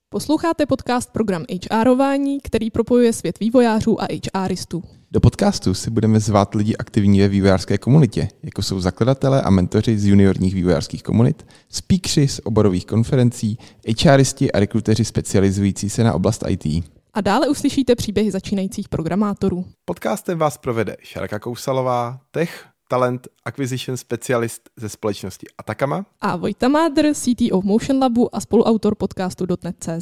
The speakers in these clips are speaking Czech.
Posloucháte podcast Program HRování, který propojuje svět vývojářů a HRistů. Do podcastu si budeme zvát lidi aktivní ve vývojářské komunitě, jako jsou zakladatelé a mentoři z juniorních vývojářských komunit, speakeři z oborových konferencí, HRisti a rekruteři specializující se na oblast IT. A dále uslyšíte příběhy začínajících programátorů. Podcastem vás provede Šárka Kousalová, Tech, Talent Acquisition Specialist ze společnosti Atacama A Vojta Mádr, CTO Motion Labu a spoluautor podcastu .net.cz.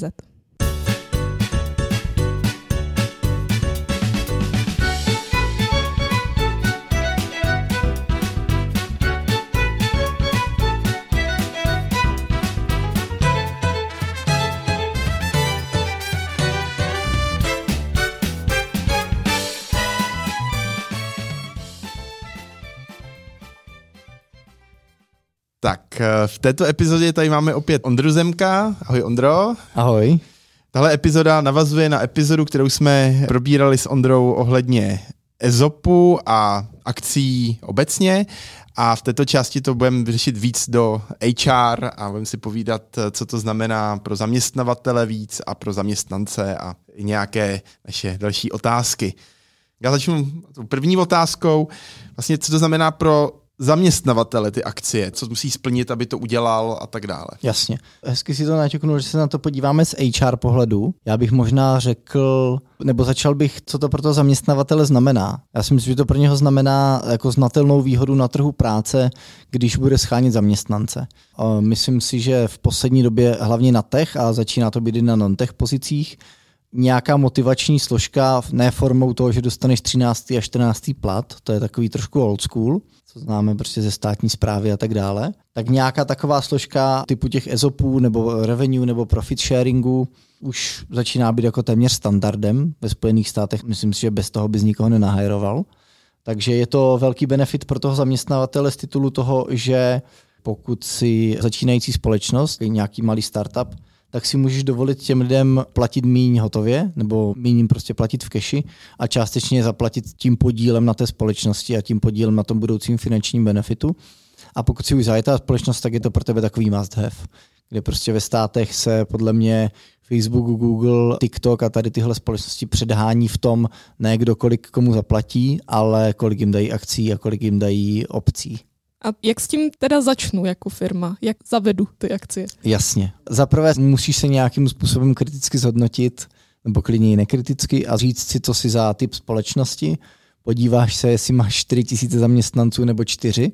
Tak v této epizodě tady máme opět Ondru Zemka. Ahoj Ondro. Ahoj. Tahle epizoda navazuje na epizodu, kterou jsme probírali s Ondrou ohledně ESOPu a akcí obecně. A v této části to budeme řešit víc do HR a budeme si povídat, co to znamená pro zaměstnavatele víc a pro zaměstnance a i nějaké naše další otázky. Já začnu první otázkou. Vlastně, co to znamená pro zaměstnavatele ty akcie, co musí splnit, aby to udělal a tak dále. Jasně. Hezky si to naťuknul, že se na to podíváme z HR pohledu. Já bych možná řekl, nebo začal bych, co to pro toho zaměstnavatele znamená. Já si myslím, že to pro něho znamená jako znatelnou výhodu na trhu práce, když bude schánět zaměstnance. Myslím si, že v poslední době hlavně na tech, a začíná to být i na non-tech pozicích, nějaká motivační složka, ne formou toho, že dostaneš 13. a 14. plat, to je takový trošku old school, co známe prostě ze státní správy a tak dále, tak nějaká taková složka typu těch ESOPů nebo revenue nebo profit sharingu už začíná být jako téměř standardem ve Spojených státech. Myslím si, že bez toho bys nikoho nenahajroval. Takže je to velký benefit pro toho zaměstnavatele z titulu toho, že pokud si začínající společnost, nějaký malý startup, tak si můžeš dovolit těm lidem platit míň hotově, nebo míň jim prostě platit v keši a částečně zaplatit tím podílem na té společnosti a tím podílem na tom budoucím finančním benefitu. A pokud si už zajetá společnost, tak je to pro tebe takový must have, kde prostě ve státech se podle mě Facebook, Google, TikTok a tady tyhle společnosti předhání v tom, ne kdo kolik komu zaplatí, ale kolik jim dají akcí a kolik jim dají opcí. A jak s tím teda začnu jako firma? Jak zavedu ty akcie? Jasně. Zaprvé musíš se nějakým způsobem kriticky zhodnotit, nebo klidně i nekriticky a říct si, co si za typ společnosti. Podíváš se, jestli máš 4 000 zaměstnanců nebo 4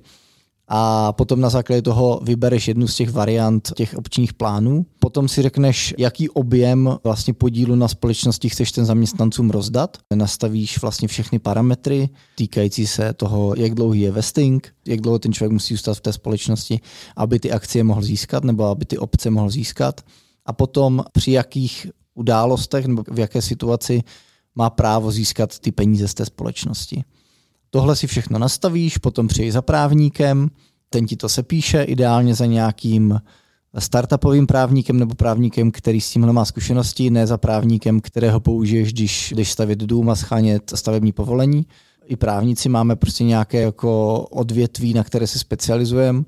a potom na základě toho vybereš jednu z těch variant těch opčních plánů. Potom si řekneš, jaký objem vlastně podílu na společnosti chceš ten zaměstnancům rozdat. Nastavíš vlastně všechny parametry týkající se toho, jak dlouhý je vesting, jak dlouho ten člověk musí zůstat v té společnosti, aby ty akcie mohl získat nebo aby ty opce mohl získat. A potom při jakých událostech nebo v jaké situaci má právo získat ty peníze z té společnosti. Tohle si všechno nastavíš, potom přijdeš za právníkem, ten ti to sepíše, ideálně za nějakým startupovým právníkem nebo právníkem, který s tímhle má zkušenosti, ne za právníkem, kterého použiješ, když jdeš stavět dům a schánět stavební povolení. I právníci máme prostě nějaké jako odvětví, na které se specializujeme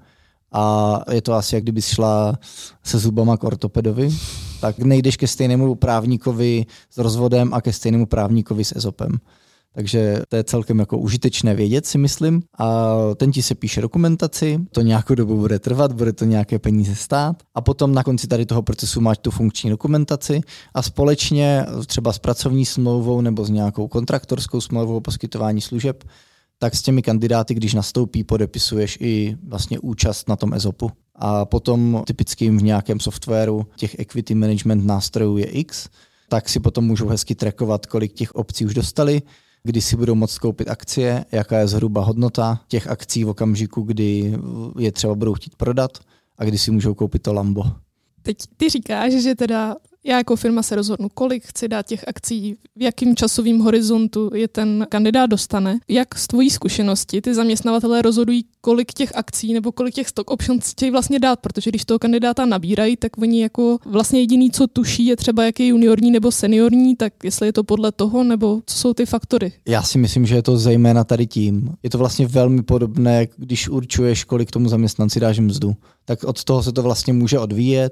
a je to asi, jak kdyby šla se zubama k ortopedovi, tak nejdeš ke stejnému právníkovi s rozvodem a ke stejnému právníkovi s ESOPem. Takže to je celkem jako užitečné vědět, si myslím. A ten ti se píše dokumentaci, to nějakou dobu bude trvat, bude to nějaké peníze stát. A potom na konci tady toho procesu máš tu funkční dokumentaci a společně třeba s pracovní smlouvou nebo s nějakou kontraktorskou smlouvou o poskytování služeb, tak s těmi kandidáty, když nastoupí, podepisuješ i vlastně účast na tom ESOPu. A potom typicky v nějakém softwaru těch equity management nástrojů je X, tak si potom můžou hezky trackovat, kolik těch opcí už dostali, kdy si budou moct koupit akcie, jaká je zhruba hodnota těch akcí v okamžiku, kdy je třeba budou chtít prodat a kdy si můžou koupit to Lambo. Teď ty říkáš, že teda já jako firma se rozhodnu, kolik chci dát těch akcí, v jakým časovým horizontu je ten kandidát dostane. Jak z tvojí zkušenosti ty zaměstnavatelé rozhodují, kolik těch akcí nebo kolik těch stock options chtějí vlastně dát, protože když toho kandidáta nabírají, tak oni jako vlastně jediný, co tuší, je třeba jak je juniorní nebo seniorní, tak jestli je to podle toho, nebo co jsou ty faktory? Já si myslím, že je to zejména tady tím. Je to vlastně velmi podobné, když určuješ, kolik tomu zaměstnanci dáš mzdu. Tak od toho se to vlastně může odvíjet.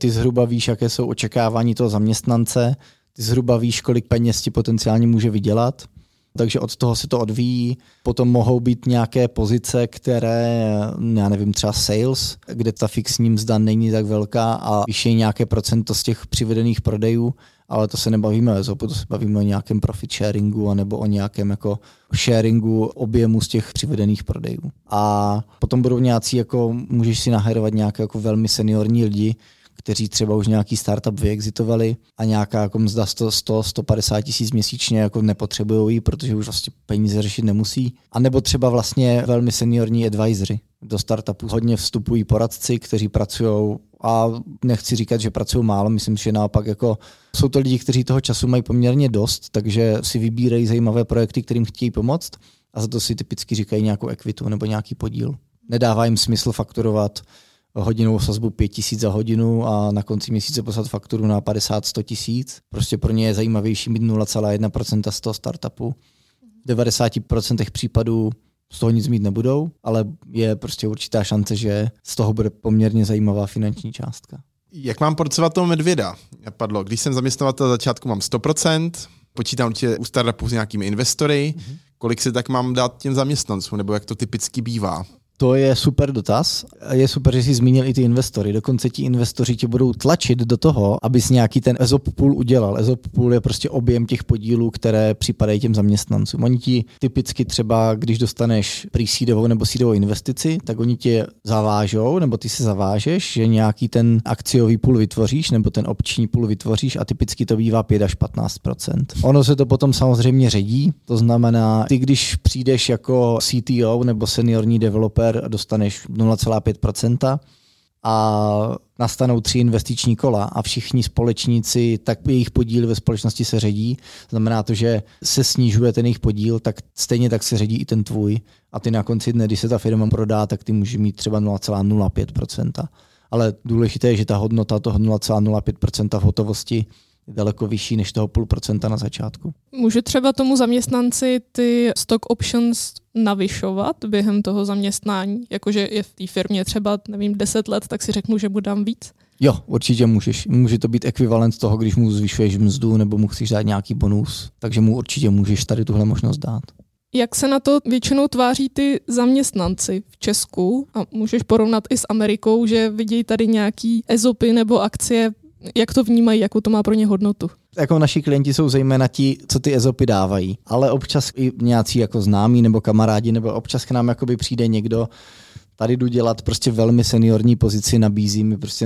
ty zhruba víš, jaké jsou očekávání toho zaměstnance, ty zhruba víš, kolik peněz ti potenciálně může vydělat, takže od toho se to odvíjí. Potom mohou být nějaké pozice, které, já nevím, třeba sales, kde ta fixní mzda není tak velká a vyšší nějaké procento z těch přivedených prodejů, ale to se nebavíme o ESOPu, to se bavíme o nějakém profit sharingu anebo o nějakém jako sharingu objemu z těch přivedených prodejů. A potom budou nějací, jako můžeš si nahajrovat nějaké jako velmi seniorní lidi, kteří třeba už nějaký startup vyexitovali a nějaká jako mzda 100-150 tisíc měsíčně jako nepotřebují ji, protože už vlastně peníze řešit nemusí. A nebo třeba vlastně velmi seniorní advisory. Do startupu hodně vstupují poradci, kteří pracují, a nechci říkat, že pracují málo, myslím, že naopak jako jsou to lidi, kteří toho času mají poměrně dost, takže si vybírají zajímavé projekty, kterým chtějí pomoct a za to si typicky říkají nějakou ekvitu nebo nějaký podíl. Nedává jim smysl fakturovat hodinovou sazbu 5 000 za hodinu a na konci měsíce poslat fakturu na 50-100 tisíc. Prostě pro ně je zajímavější mít 0,1% z toho startupu. V 90% případů z toho nic mít nebudou, ale je prostě určitá šance, že z toho bude poměrně zajímavá finanční částka. Jak mám porcovat toho medvěda? Padlo, když jsem zaměstnavatel, začátku mám 100%, počítám určitě u startupů s nějakými investory, kolik si tak mám dát těm zaměstnancům, nebo jak to typicky bývá? To je super dotaz. Je super, že jsi zmínil i ty investory. Dokonce ti investoři tě budou tlačit do toho, abys nějaký ten ESOP pool udělal. ESOP pool je prostě objem těch podílů, které připadají těm zaměstnancům. Oni ti typicky třeba, když dostaneš pre-seedovou nebo seedovou investici, tak oni tě zavážou, nebo ty se zavážeš, že nějaký ten akciový pool vytvoříš, nebo ten opční pool vytvoříš a typicky to bývá 5-15%. Ono se to potom samozřejmě ředí, to znamená, ty když přijdeš jako CTO nebo seniorní developer a dostaneš 0,5% a nastanou 3 investiční kola a všichni společníci, tak jejich podíl ve společnosti se ředí. Znamená to, že se snižuje ten jejich podíl, tak stejně tak se ředí i ten tvůj. A ty na konci dne, když se ta firma prodá, tak ty můžeš mít třeba 0,05%. Ale důležité je, že ta hodnota toho 0,05% v hotovosti je daleko vyšší než toho 0,5% na začátku. Může třeba tomu zaměstnanci ty stock options navyšovat během toho zaměstnání? Jakože je v té firmě třeba, nevím, 10 let, tak si řeknu, že mu dám víc? Jo, určitě můžeš. Může to být ekvivalent toho, když mu zvyšuješ mzdu nebo mu chceš dát nějaký bonus, takže mu určitě můžeš tady tuhle možnost dát. Jak se na to většinou tváří ty zaměstnanci v Česku? A můžeš porovnat i s Amerikou, že vidějí tady nějaký ESOPy nebo akcie. Jak to vnímají, jakou to má pro ně hodnotu? Jako naši klienti jsou zejména ti, co ty ESOPy dávají, ale občas i nějací jako známí nebo kamarádi, nebo občas k nám jakoby přijde někdo, tady jdu dělat prostě velmi seniorní pozici, nabízí mi prostě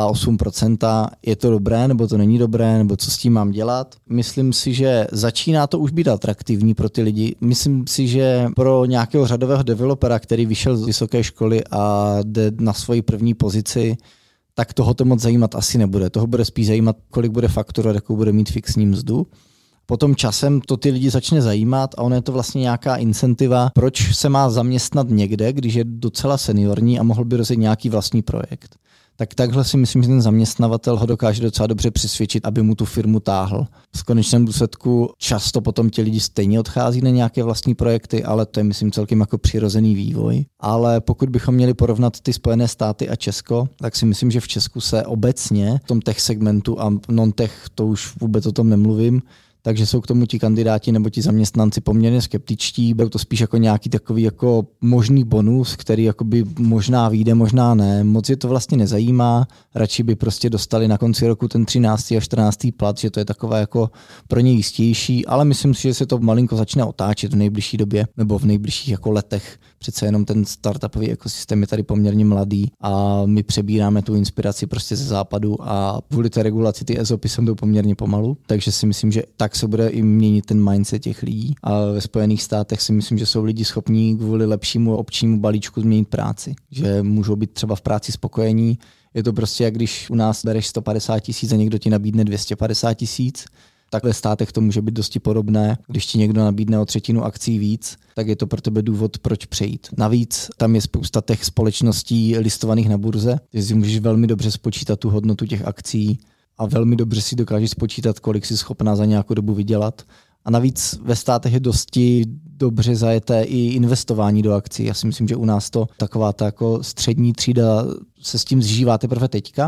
0,8%, je to dobré, nebo to není dobré, nebo co s tím mám dělat. Myslím si, že začíná to už být atraktivní pro ty lidi. Myslím si, že pro nějakého řadového developera, který vyšel z vysoké školy a jde na svoji první pozici, tak toho to moc zajímat asi nebude. Toho bude spíš zajímat, kolik bude fakturovat, jakou bude mít fixní mzdu. Potom časem to ty lidi začne zajímat a ono je to vlastně nějaká incentiva, proč se má zaměstnat někde, když je docela seniorní a mohl by rozjet nějaký vlastní projekt. Tak takhle si myslím, že ten zaměstnavatel ho dokáže docela dobře přesvědčit, aby mu tu firmu táhl. V konečném důsledku často potom ti lidi stejně odchází na nějaké vlastní projekty, ale to je, myslím, celkem jako přirozený vývoj. Ale pokud bychom měli porovnat ty Spojené státy a Česko, tak si myslím, že v Česku se obecně v tom tech segmentu a non-tech, to už vůbec o tom nemluvím, takže jsou k tomu ti kandidáti nebo ti zaměstnanci poměrně skeptičtí, berou to spíš jako nějaký takový jako možný bonus, který jakoby možná vyjde, možná ne. Moc je to vlastně nezajímá, radši by prostě dostali na konci roku ten 13. a 14. plat, že to je takové jako pro ně jistější, ale myslím si, že se to malinko začne otáčet v nejbližší době nebo v nejbližších jako letech. Přece jenom ten startupový ekosystém je tady poměrně mladý a my přebíráme tu inspiraci prostě ze západu a kvůli té regulaci ty ESOPy sem jdou poměrně pomalu, takže si myslím, že tak se bude i měnit ten mindset těch lidí. A ve Spojených státech si myslím, že jsou lidi schopní kvůli lepšímu opčnímu balíčku změnit práci, že můžou být třeba v práci spokojení. Je to prostě jak když u nás bereš 150 000 a někdo ti nabídne 250 000, tak ve státech to může být dosti podobné. Když ti někdo nabídne o 1/3 akcí víc, tak je to pro tebe důvod, proč přejít. Navíc tam je spousta těch společností listovaných na burze, že si můžeš velmi dobře spočítat tu hodnotu těch akcí a velmi dobře si dokážeš spočítat, kolik jsi schopná za nějakou dobu vydělat. A navíc ve státech je dosti dobře zajeté i investování do akcí. Já si myslím, že u nás to taková ta jako střední třída se s tím zžívá teprve teďka,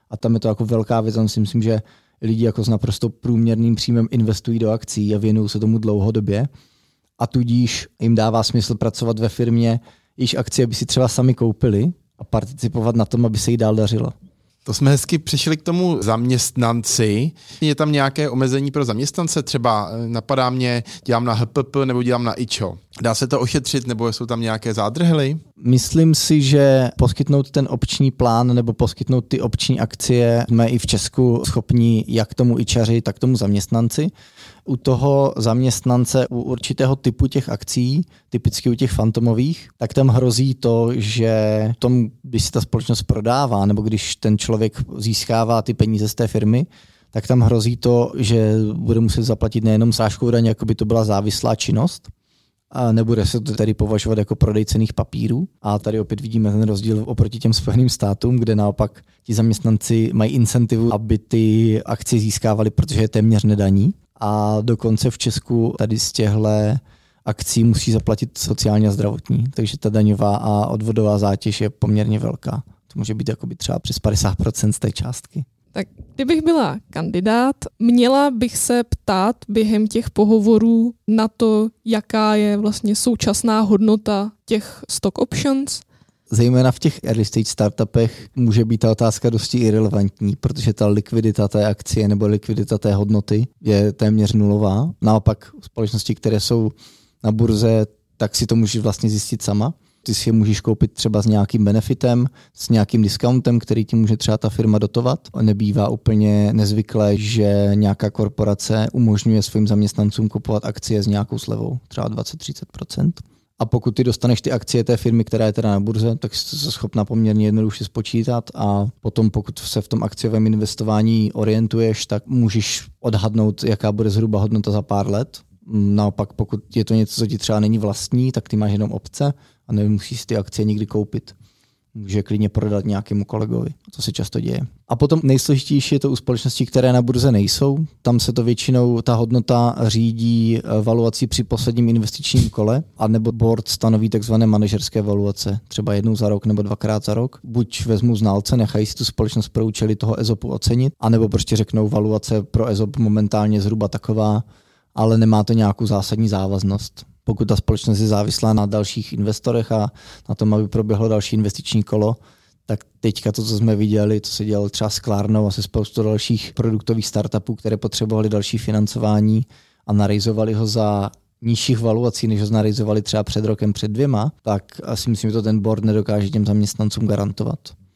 A tam je to jako velká věc, si myslím, že lidi jako s naprosto průměrným příjmem investují do akcií a věnují se tomu dlouhodobě. A tudíž jim dává smysl pracovat ve firmě, již akcie by si třeba sami koupili a participovat na tom, aby se jí dál dařilo. To jsme hezky přišli k tomu zaměstnanci. Je tam nějaké omezení pro zaměstnance? Třeba napadá mě, dělám na HPP nebo dělám na IČO. Dá se to ošetřit nebo jsou tam nějaké zádrhely? Myslím si, že poskytnout ten opční plán nebo poskytnout ty opční akcie jsme i v Česku schopni jak tomu IČaři, tak tomu zaměstnanci. U toho zaměstnance, u určitého typu těch akcí, typicky u těch fantomových, tak tam hrozí to, že tom, když se ta společnost prodává nebo když ten člověk získává ty peníze z té firmy, tak tam hrozí to, že bude muset zaplatit nejenom srážkovou daň, jako by to byla závislá činnost, a nebude se to tedy považovat jako prodej cenných papírů. A tady opět vidíme ten rozdíl oproti těm Spojeným státům, kde naopak ti zaměstnanci mají incentivu, aby ty akcie získávali, protože je téměř nedaní. A dokonce v Česku tady z těchto akcí musí zaplatit sociální a zdravotní. Takže ta daňová a odvodová zátěž je poměrně velká. To může být jakoby třeba přes 50% z té částky. Tak kdybych byla kandidát, měla bych se ptát během těch pohovorů na to, jaká je vlastně současná hodnota těch stock options? Zejména v těch early stage startupech může být ta otázka dosti irelevantní, protože ta likvidita té akcie nebo likvidita té hodnoty je téměř nulová. Naopak společnosti, které jsou na burze, tak si to můžeš vlastně zjistit sama. Ty si je můžeš koupit třeba s nějakým benefitem, s nějakým discountem, který ti může třeba ta firma dotovat. Nebývá úplně nezvyklé, že nějaká korporace umožňuje svým zaměstnancům kupovat akcie s nějakou slevou, třeba 20-30%. A pokud ty dostaneš ty akcie té firmy, která je teda na burze, tak jsi se schopna poměrně jednoduše spočítat a potom, pokud se v tom akciovém investování orientuješ, tak můžeš odhadnout, jaká bude zhruba hodnota za pár let. Naopak, pokud je to něco, co ti třeba není vlastní, tak ty máš jenom opce a nemusíš si ty akcie nikdy koupit. Může klidně prodat nějakému kolegovi, to se často děje. A potom nejsložitější je to u společností, které na burze nejsou. Tam se to většinou, ta hodnota řídí valuací při posledním investičním kole, anebo board stanoví takzvané manažerské valuace, třeba jednou za rok nebo dvakrát za rok. Buď vezmou znalce, nechají si tu společnost pro účely toho ESOPu ocenit, anebo prostě řeknou, valuace pro ESOP momentálně zhruba taková, ale nemá to nějakou zásadní závaznost. Pokud ta společnost je závislá na dalších investorech a na tom, aby proběhlo další investiční kolo, tak teďka to, co jsme viděli, to se dělalo třeba s Klarnou a se spoustu dalších produktových startupů, které potřebovaly další financování a narejzovali ho za nižších valuací, než ho narejzovali třeba před rokem, před 2, tak asi myslím, že to ten board nedokáže těm zaměstnancům garantovat.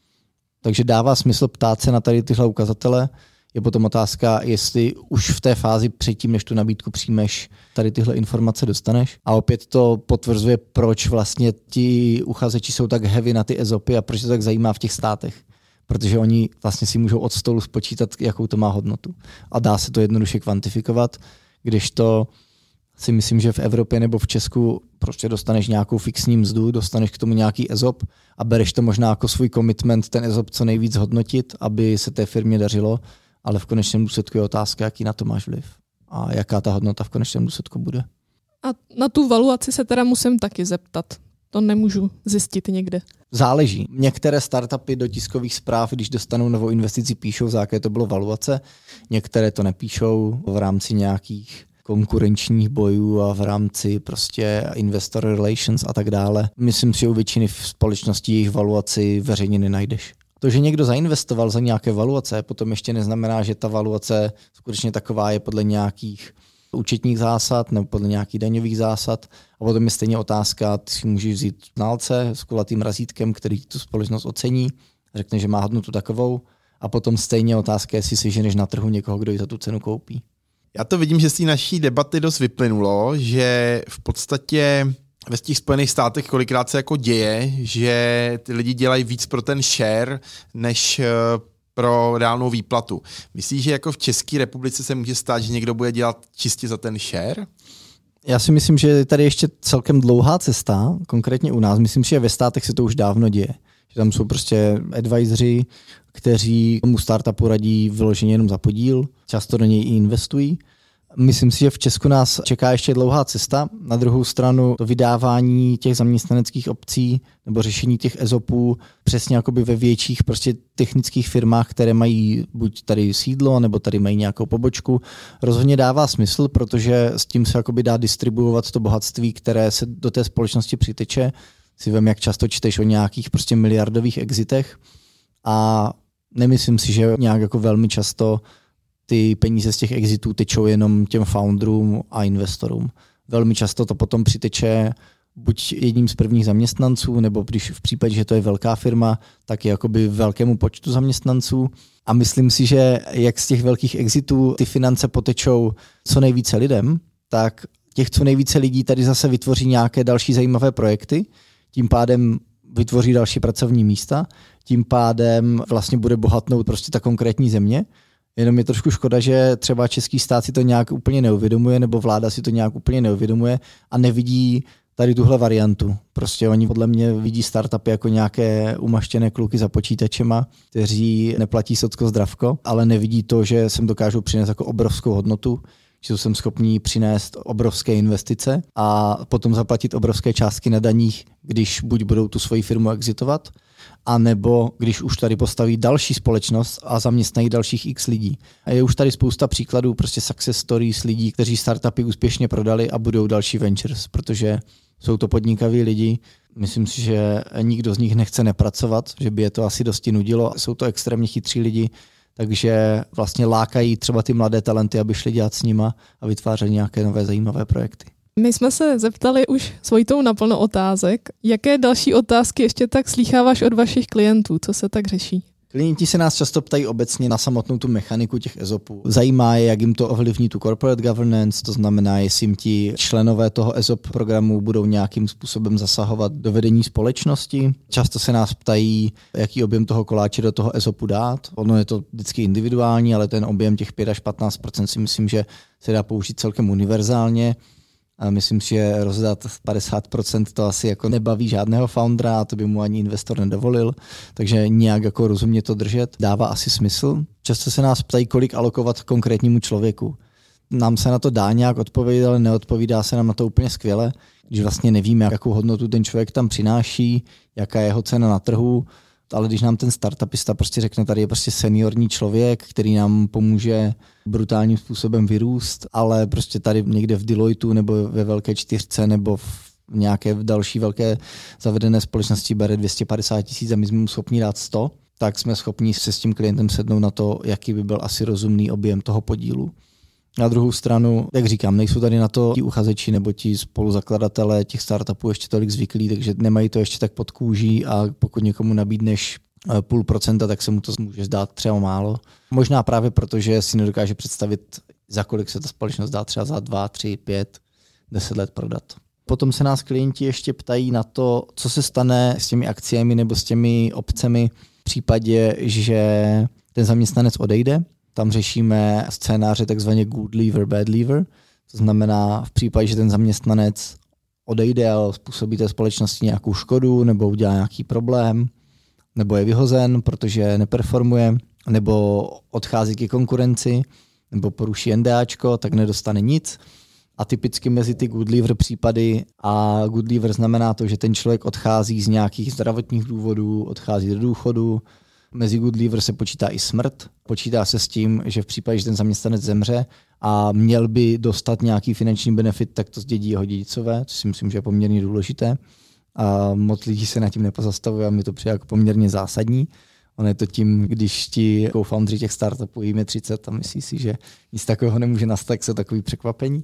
Takže dává smysl ptát se na tady tyhle ukazatele. Je potom otázka, jestli už v té fázi předtím, než tu nabídku přijmeš, tady tyhle informace dostaneš. A opět to potvrzuje, proč vlastně ti uchazeči jsou tak heavy na ty ESOPy a proč to tak zajímá v těch státech. Protože oni vlastně si můžou od stolu spočítat, jakou to má hodnotu. A dá se to jednoduše kvantifikovat, kdežto si myslím, že v Evropě nebo v Česku prostě dostaneš nějakou fixní mzdu, dostaneš k tomu nějaký ESOP a bereš to možná jako svůj commitment, ten ESOP co nejvíc hodnotit, aby se té firmě dařilo. Ale v konečném důsledku je otázka, jaký na to máš vliv a jaká ta hodnota v konečném důsledku bude. A na tu valuaci se teda musím taky zeptat. To nemůžu zjistit někde. Záleží. Některé startupy do tiskových zpráv, když dostanou novou investici, píšou, za jaké to bylo valuace. Některé to nepíšou v rámci nějakých konkurenčních bojů a v rámci prostě investor relations a tak dále. Myslím si, že u většiny společností jejich valuaci veřejně nenajdeš. To, že někdo zainvestoval za nějaké valuace, potom ještě neznamená, že ta valuace skutečně taková je podle nějakých účetních zásad nebo podle nějakých daňových zásad. A potom je stejně otázka, ty si můžeš vzít znalce s kulatým razítkem, který tu společnost ocení, řekne, že má hodnotu takovou, a potom stejně otázka, jestli si ženeš na trhu někoho, kdo ji za tu cenu koupí. Já to vidím, že z té naší debaty dost vyplynulo, že v podstatě ve těch Spojených státech kolikrát se jako děje, že ty lidi dělají víc pro ten share, než pro reálnou výplatu. Myslíš, že jako v České republice se může stát, že někdo bude dělat čistě za ten share? Já si myslím, že je tady ještě celkem dlouhá cesta, konkrétně u nás. Myslím si, že ve státech se to už dávno děje. Že tam jsou prostě advisoři, kteří tomu startupu radí vyloženě jenom za podíl, často do něj i investují. Myslím si, že v Česku nás čeká ještě dlouhá cesta. Na druhou stranu to vydávání těch zaměstnaneckých opcí nebo řešení těch ESOPů přesně jakoby ve větších prostě technických firmách, které mají buď tady sídlo, nebo tady mají nějakou pobočku, rozhodně dává smysl, protože s tím se jakoby dá distribuovat to bohatství, které se do té společnosti přiteče. Si vem, jak často čteš o nějakých prostě miliardových exitech a nemyslím si, že nějak jako velmi často ty peníze z těch exitů tečou jenom těm founderům a investorům. Velmi často to potom přiteče buď jedním z prvních zaměstnanců, nebo když v případě, že to je velká firma, tak je jakoby velkému počtu zaměstnanců. A myslím si, že jak z těch velkých exitů ty finance potečou co nejvíce lidem, tak těch co nejvíce lidí tady zase vytvoří nějaké další zajímavé projekty, tím pádem vytvoří další pracovní místa, tím pádem vlastně bude bohatnout prostě ta konkrétní země. Jenom je trošku škoda, že třeba český stát si to nějak úplně neuvědomuje, nebo vláda si to nějak úplně neuvědomuje a nevidí tady tuhle variantu. Prostě oni podle mě vidí startupy jako nějaké umaštěné kluky za počítačema, kteří neplatí socko zdravko, ale nevidí to, že sem dokážou přinést jako obrovskou hodnotu, že jsou sem schopní přinést obrovské investice a potom zaplatit obrovské částky na daních, když buď budou tu svoji firmu exitovat, a nebo když už tady postaví další společnost a zaměstnají dalších x lidí. A je už tady spousta příkladů, prostě success stories lidí, kteří startupy úspěšně prodali a budou další ventures, protože jsou to podnikaví lidi. Myslím si, že nikdo z nich nechce nepracovat, že by je to asi dosti nudilo. Jsou to extrémně chytří lidi, takže vlastně lákají třeba ty mladé talenty, aby šli dělat s nima a vytvářet nějaké nové zajímavé projekty. My jsme se zeptali už s Vojtou naplno otázek. Jaké další otázky ještě tak slýcháváš od vašich klientů? Co se tak řeší? Klienti se nás často ptají obecně na samotnou tu mechaniku těch ESOPů. Zajímá je, jak jim to ovlivní tu corporate governance, to znamená, jestli jim ti členové toho ESOP programu budou nějakým způsobem zasahovat do vedení společnosti. Často se nás ptají, jaký objem toho koláče do toho ESOPu dát. Ono je to vždycky individuální, ale ten objem těch 5 až 15% si myslím, že se dá použít celkem univerzálně. A myslím si, že rozdat 50% to asi jako nebaví žádného foundera a to by mu ani investor nedovolil, takže nějak jako rozumně to držet dává asi smysl. Často se nás ptají, kolik alokovat konkrétnímu člověku. Nám se na to dá nějak odpovědět, ale neodpovídá se nám na to úplně skvěle, když vlastně nevíme, jakou hodnotu ten člověk tam přináší, jaká je jeho cena na trhu, ale když nám ten startupista prostě řekne, tady je prostě seniorní člověk, který nám pomůže brutálním způsobem vyrůst, ale prostě tady někde v Deloitu nebo ve velké čtyřce nebo v nějaké další velké zavedené společnosti bere 250 000 a my jsme mu schopni dát 100, tak jsme schopni se s tím klientem sednout na to, jaký by byl asi rozumný objem toho podílu. Na druhou stranu, jak říkám, nejsou tady na to ti uchazeči nebo ti spoluzakladatelé těch startupů ještě tolik zvyklí, takže nemají to ještě tak pod kůží a pokud někomu nabídneš 0,5%, tak se mu to může zdát třeba málo. Možná právě proto, že si nedokáže představit, za kolik se ta společnost dá třeba za 2, 3, 5, 10 let prodat. Potom se nás klienti ještě ptají na to, co se stane s těmi akciemi nebo s těmi opcemi v případě, že ten zaměstnanec odejde. Tam řešíme scénáře takzvaně good leaver, bad leaver. To znamená v případě, že ten zaměstnanec odejde a způsobí té společnosti nějakou škodu nebo udělá nějaký problém, nebo je vyhozen, protože neperformuje, nebo odchází ke konkurenci, nebo poruší NDAčko, tak nedostane nic. A typicky mezi ty good leaver případy, a good leaver znamená to, že ten člověk odchází z nějakých zdravotních důvodů, odchází do důchodu. Mezi good leaver se počítá i smrt. Počítá se s tím, že v případě, že ten zaměstnanec zemře a měl by dostat nějaký finanční benefit, tak to zdědí jeho dědicové, což si myslím, že je poměrně důležité. A moc lidí se nad tím nepozastavuje a mi to přijde jako poměrně zásadní. Ono je to tím, když ti co-foundři těch startupů jim je 30 a myslí si, že nic takového nemůže nastat, tak jsou takový překvapení.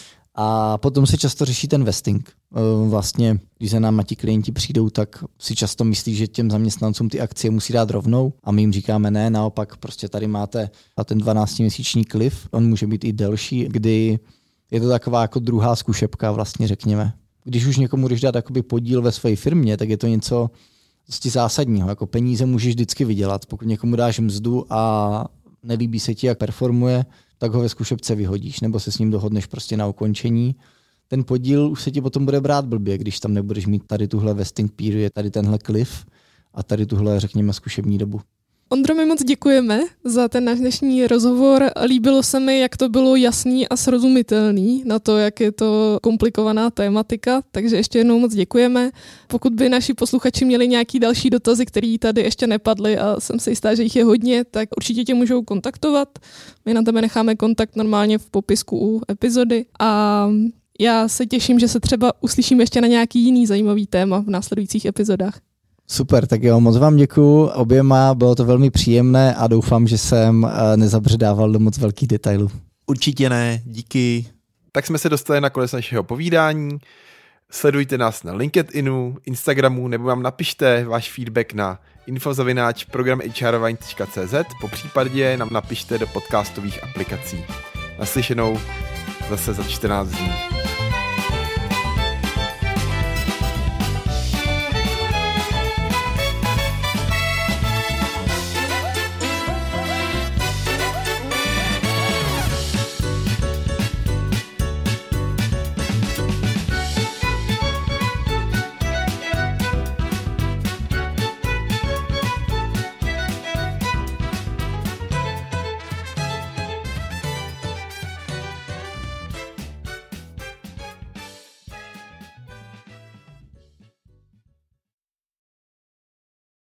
A potom se často řeší ten vesting. Vlastně, když se nám ti klienti přijdou, tak si často myslí, že těm zaměstnancům ty akcie musí dát rovnou a my jim říkáme ne, naopak prostě tady máte ten 12měsíční cliff, on může být i delší, kdy je to taková jako druhá zkušebka vlastně řekněme. Když už někomu jdeš dát jakoby podíl ve své firmě, tak je to něco dosti zásadního. Jako peníze můžeš vždycky vydělat. Pokud někomu dáš mzdu a nelíbí se ti, jak performuje, tak ho ve zkušebce vyhodíš, nebo se s ním dohodneš prostě na ukončení. Ten podíl už se ti potom bude brát blbě, když tam nebudeš mít tady tuhle vesting period, tady tenhle cliff a tady tuhle, řekněme, zkušební dobu. Ondro, my moc děkujeme za ten náš dnešní rozhovor. Líbilo se mi, jak to bylo jasný a srozumitelný na to, jak je to komplikovaná tématika, takže ještě jednou moc děkujeme. Pokud by naši posluchači měli nějaký další dotazy, které tady ještě nepadly a jsem si jistá, že jich je hodně, tak určitě tě můžou kontaktovat. My na tebe necháme kontakt normálně v popisku u epizody a já se těším, že se třeba uslyšíme ještě na nějaký jiný zajímavý téma v následujících epizodách. Super, tak jo, moc vám děkuju oběma, bylo to velmi příjemné a doufám, že jsem nezabředával do moc velkých detailů. Určitě ne, díky. Tak jsme se dostali na konec našeho povídání. Sledujte nás na LinkedInu, Instagramu nebo vám napište váš feedback na info@programhrvine.cz, popřípadě nám napište do podcastových aplikací. Naslyšenou zase za 14 dní.